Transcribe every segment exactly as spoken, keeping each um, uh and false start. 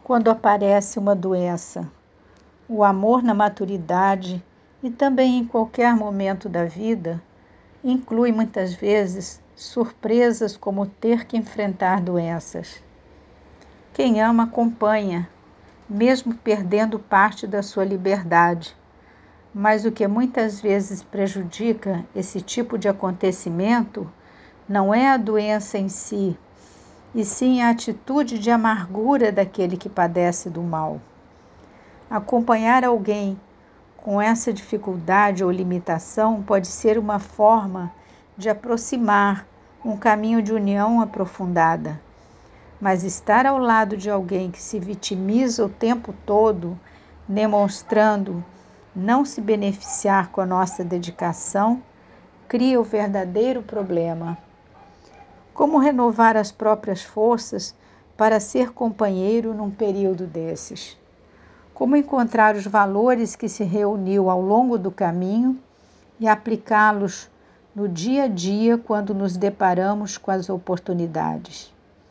quando aparece uma doença. O amor na maturidade e também em qualquer momento da vida inclui muitas vezes surpresas como ter que enfrentar doenças. Quem ama acompanha, mesmo perdendo parte da sua liberdade. Mas o que muitas vezes prejudica esse tipo de acontecimento não é a doença em si, e sim a atitude de amargura daquele que padece do mal. Acompanhar alguém com essa dificuldade ou limitação pode ser uma forma de aproximar um caminho de união aprofundada. Mas estar ao lado de alguém que se vitimiza o tempo todo, demonstrando não se beneficiar com a nossa dedicação, cria o verdadeiro problema. Como renovar as próprias forças para ser companheiro num período desses? Como encontrar os valores que se reuniu ao longo do caminho e aplicá-los no dia a dia quando nos deparamos com as oportunidades?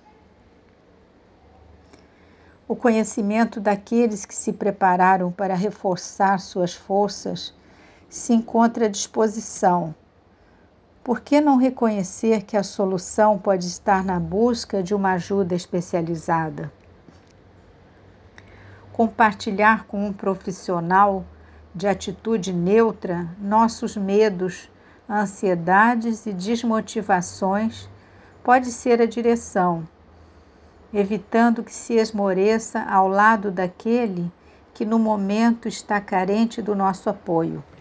O conhecimento daqueles que se prepararam para reforçar suas forças se encontra à disposição. Por que não reconhecer que a solução pode estar na busca de uma ajuda especializada? Compartilhar com um profissional de atitude neutra nossos medos, ansiedades e desmotivações pode ser a direção, evitando que se esmoreça ao lado daquele que no momento está carente do nosso apoio.